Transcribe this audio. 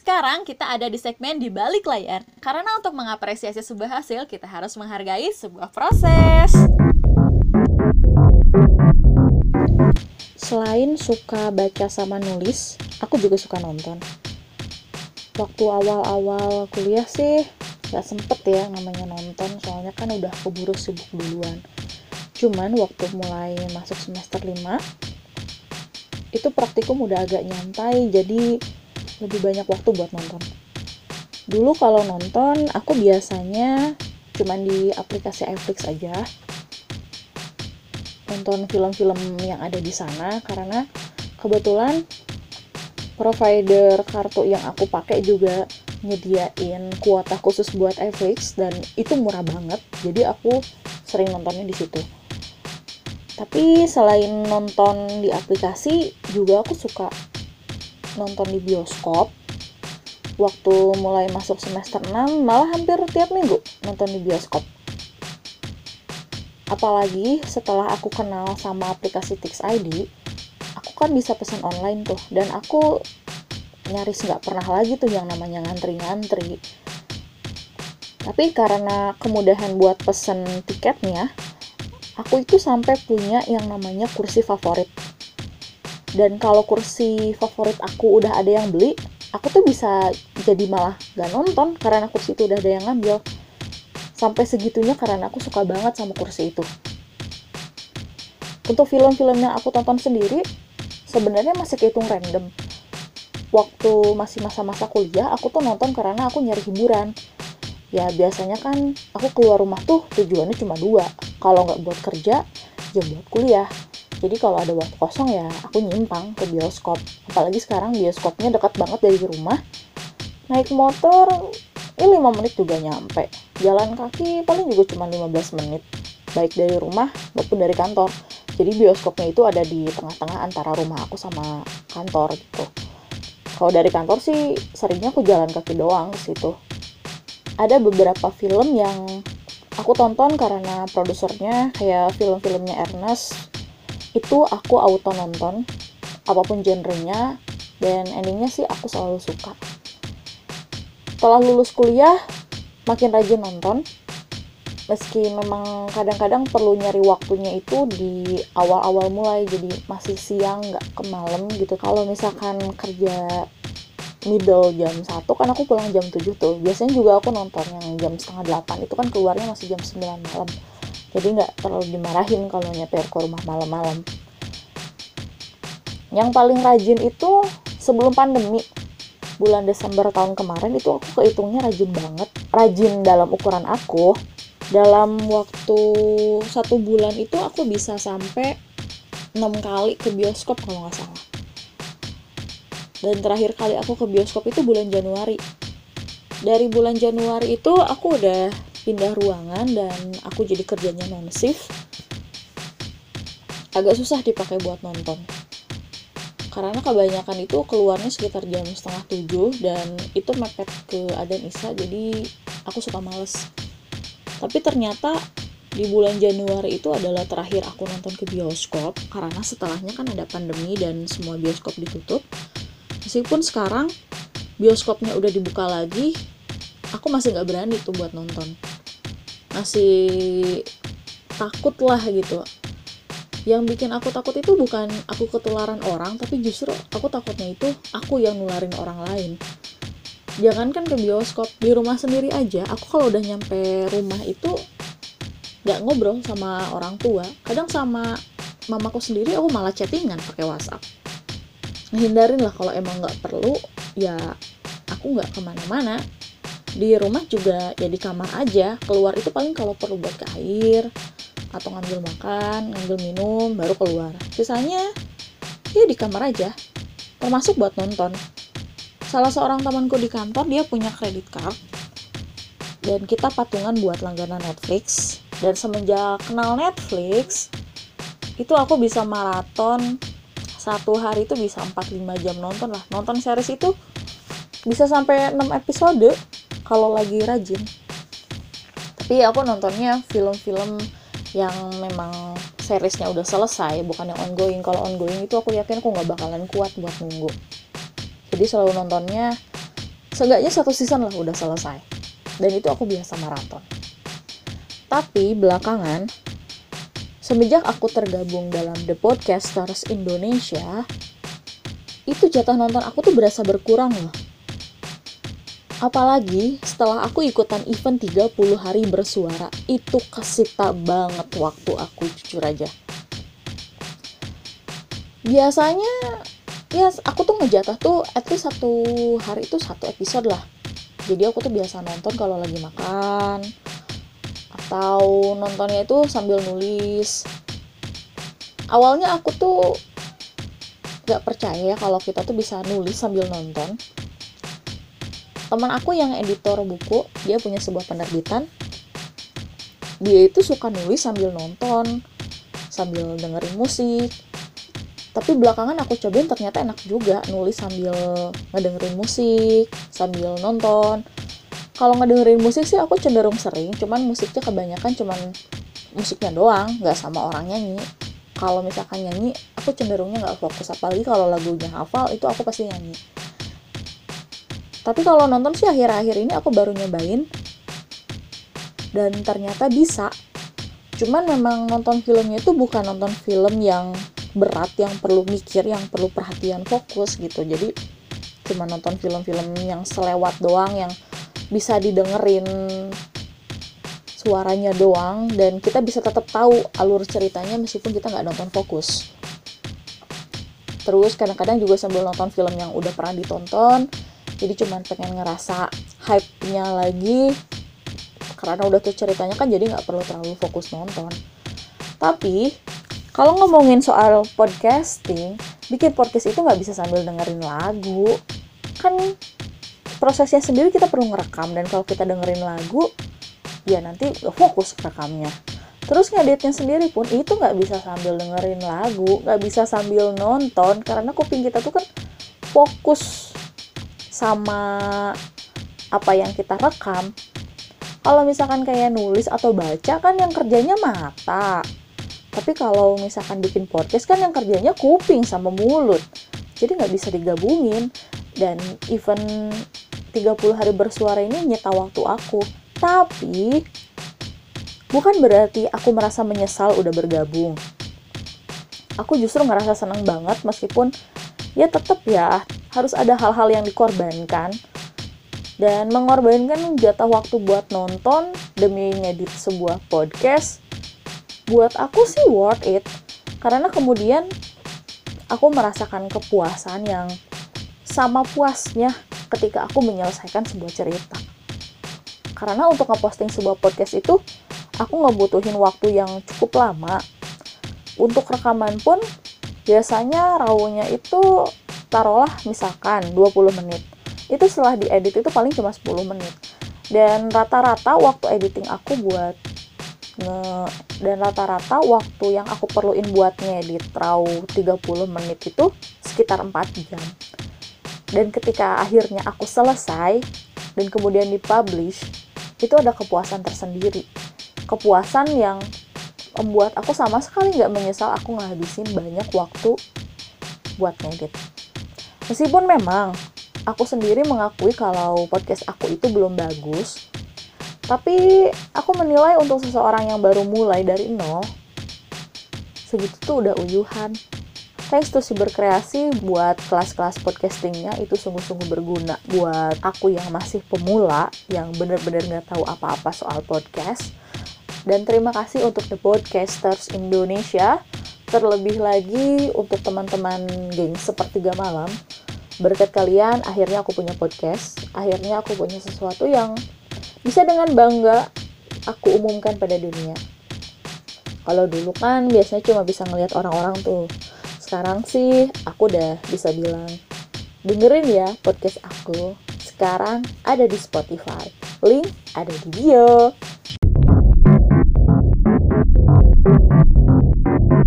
Sekarang kita ada di segmen di balik layar. Karena untuk mengapresiasi sebuah hasil, kita harus menghargai sebuah proses. Selain suka baca sama nulis, aku juga suka nonton. Waktu awal-awal kuliah sih gak sempet ya namanya nonton, soalnya kan udah keburu sibuk duluan. Cuman waktu mulai masuk semester 5, itu praktikum udah agak nyantai, jadi lebih banyak waktu buat nonton. Dulu kalau nonton, aku biasanya cuman di aplikasi iFlix aja. Nonton film-film yang ada di sana, karena kebetulan provider kartu yang aku pakai juga nyediain kuota khusus buat iFlix dan itu murah banget, jadi aku sering nontonnya di situ. Tapi selain nonton di aplikasi, juga aku suka nonton di bioskop. Waktu mulai masuk semester 6, malah hampir tiap minggu nonton di bioskop. Apalagi setelah aku kenal sama aplikasi Tix ID, aku kan bisa pesan online tuh, dan aku nyaris nggak pernah lagi tuh yang namanya ngantri-ngantri. Tapi karena kemudahan buat pesen tiketnya, aku itu sampai punya yang namanya kursi favorit. Dan kalau kursi favorit aku udah ada yang beli, aku tuh bisa jadi malah gak nonton karena kursi itu udah ada yang ngambil. Sampai segitunya karena aku suka banget sama kursi itu. Untuk film-film yang aku tonton sendiri, sebenarnya masih kehitung random. Waktu masih masa-masa kuliah, aku tuh nonton karena aku nyari hiburan. Ya biasanya kan aku keluar rumah tuh tujuannya cuma 2. Kalau nggak buat kerja, ya buat kuliah. Jadi kalau ada waktu kosong ya aku nyimpang ke bioskop. Apalagi sekarang bioskopnya dekat banget dari rumah. Naik motor, 5 menit juga nyampe. Jalan kaki paling juga cuma 15 menit. Baik dari rumah maupun dari kantor. Jadi bioskopnya itu ada di tengah-tengah antara rumah aku sama kantor gitu. Kalau dari kantor sih seringnya aku jalan kaki doang ke situ. Ada beberapa film yang aku tonton karena produsernya kayak film-filmnya Ernest. Itu aku auto nonton, apapun genrenya, dan endingnya sih aku selalu suka. Setelah lulus kuliah, makin rajin nonton. Meski memang kadang-kadang perlu nyari waktunya itu di awal-awal mulai, jadi masih siang, nggak ke malam gitu. Kalau misalkan kerja middle jam 1, kan aku pulang jam 7 tuh. Biasanya juga aku nonton yang jam setengah 8, itu kan keluarnya masih jam 9 malam. Jadi nggak terlalu dimarahin kalau nyetir ke rumah malam-malam. Yang paling rajin itu sebelum pandemi, bulan Desember tahun kemarin itu aku kehitungnya rajin banget. Rajin dalam ukuran aku, dalam waktu 1 bulan itu aku bisa sampai 6 kali ke bioskop kalau nggak salah. Dan terakhir kali aku ke bioskop itu bulan Januari. Dari bulan Januari itu aku udah pindah ruangan dan aku jadi kerjanya non-shift. Agak susah dipakai buat nonton. Karena kebanyakan itu keluarnya sekitar jam setengah 7 dan itu mepet ke adzan isya, jadi aku suka males. Tapi ternyata di bulan Januari itu adalah terakhir aku nonton ke bioskop, karena setelahnya kan ada pandemi dan semua bioskop ditutup. Meskipun sekarang bioskopnya udah dibuka lagi, aku masih gak berani tuh buat nonton. Masih takut lah gitu. Yang bikin aku takut itu bukan aku ketularan orang, tapi justru aku takutnya itu aku yang nularin orang lain. Jangankan ke bioskop, di rumah sendiri aja, aku kalau udah nyampe rumah itu gak ngobrol sama orang tua. Kadang sama mamaku sendiri aku malah chattingan pakai WhatsApp. Hindarin lah kalau emang gak perlu, ya aku gak kemana-mana. Di rumah juga ya di kamar aja, keluar itu paling kalau perlu buat ke air atau ngambil makan, ngambil minum, baru keluar. Sisanya ya di kamar aja, termasuk buat nonton. Salah seorang temanku di kantor, dia punya credit card dan kita patungan buat langganan Netflix. Dan semenjak kenal Netflix itu aku bisa maraton 1 hari itu bisa 4-5 jam nonton lah. Nonton series itu bisa sampai 6 episode kalau lagi rajin. Tapi aku nontonnya film-film yang memang seriesnya udah selesai, bukan yang ongoing. Kalau ongoing itu aku yakin aku gak bakalan kuat buat nunggu. Jadi selalu nontonnya Seenggaknya 1 season lah udah selesai. Dan itu aku biasa maraton. Tapi belakangan, semenjak aku tergabung dalam The Podcasters Indonesia, itu jatah nonton aku tuh berasa berkurang loh. Apalagi setelah aku ikutan event 30 hari bersuara, itu kesita banget waktu aku, jujur aja. Biasanya, ya aku tuh ngejatah tuh at least 1 hari itu 1 episode lah. Jadi aku tuh biasa nonton kalau lagi makan, atau nontonnya itu sambil nulis. Awalnya aku tuh gak percaya kalau kita tuh bisa nulis sambil nonton. Teman aku yang editor buku, dia punya sebuah penerbitan, dia itu suka nulis sambil nonton, sambil dengerin musik. Tapi belakangan aku cobain ternyata enak juga nulis sambil ngedengerin musik, sambil nonton. Kalau ngedengerin musik sih aku cenderung sering, cuman musiknya kebanyakan cuman musiknya doang, gak sama orang nyanyi. Kalau misalkan nyanyi, aku cenderungnya gak fokus, apalagi kalau lagunya hafal, itu aku pasti nyanyi. Tapi kalau nonton sih akhir-akhir ini aku baru nyobain, dan ternyata bisa. Cuman memang nonton filmnya itu bukan nonton film yang berat, yang perlu mikir, yang perlu perhatian fokus gitu. Jadi cuma nonton film-film yang selewat doang, yang bisa didengerin suaranya doang, dan kita bisa tetap tahu alur ceritanya meskipun kita nggak nonton fokus. Terus kadang-kadang juga sambil nonton film yang udah pernah ditonton, jadi cuma pengen ngerasa hype-nya lagi, karena udah tuh ceritanya kan, jadi nggak perlu terlalu fokus nonton. Tapi kalau ngomongin soal podcasting, bikin podcast itu nggak bisa sambil dengerin lagu. Kan prosesnya sendiri kita perlu ngerekam, dan kalau kita dengerin lagu, ya nanti gak fokus rekamnya. Terus ngeditnya sendiri pun itu nggak bisa sambil dengerin lagu, nggak bisa sambil nonton, karena kuping kita tuh kan fokus sama apa yang kita rekam. Kalau misalkan kayak nulis atau baca kan yang kerjanya mata. Tapi kalau misalkan bikin podcast kan yang kerjanya kuping sama mulut. Jadi nggak bisa digabungin. Dan event 30 hari bersuara ini nyita waktu aku. Tapi bukan berarti aku merasa menyesal udah bergabung. Aku justru ngerasa senang banget, meskipun ya tetap ya harus ada hal-hal yang dikorbankan. Dan mengorbankan jatah waktu buat nonton demi ngedit sebuah podcast, buat aku sih worth it. Karena kemudian aku merasakan kepuasan yang sama puasnya ketika aku menyelesaikan sebuah cerita. Karena untuk ngeposting sebuah podcast itu, aku ngebutuhin waktu yang cukup lama. Untuk rekaman pun, biasanya rawnya itu taruhlah misalkan 20 menit. Itu setelah diedit itu paling cuma 10 menit. Dan rata-rata waktu editing aku rata-rata waktu yang aku perluin buat ngedit raw 30 menit itu sekitar 4 jam. Dan ketika akhirnya aku selesai dan kemudian dipublish, itu ada kepuasan tersendiri. Kepuasan yang membuat aku sama sekali nggak menyesal aku ngabisin banyak waktu buat ngedit. Meskipun memang aku sendiri mengakui kalau podcast aku itu belum bagus, tapi aku menilai untuk seseorang yang baru mulai dari nol, segitu tuh udah uyuhan. Thanks to Siberkreasi buat kelas-kelas podcastingnya, itu sungguh-sungguh berguna buat aku yang masih pemula, yang bener-bener gak tahu apa-apa soal podcast. Dan terima kasih untuk The Podcasters Indonesia, terlebih lagi untuk teman-teman geng Sepertiga Malam. Berkat kalian, akhirnya aku punya podcast, akhirnya aku punya sesuatu yang bisa dengan bangga aku umumkan pada dunia. Kalau dulu kan biasanya cuma bisa ngelihat orang-orang tuh. Sekarang sih aku udah bisa bilang, dengerin ya podcast aku. Sekarang ada di Spotify. Link ada di bio.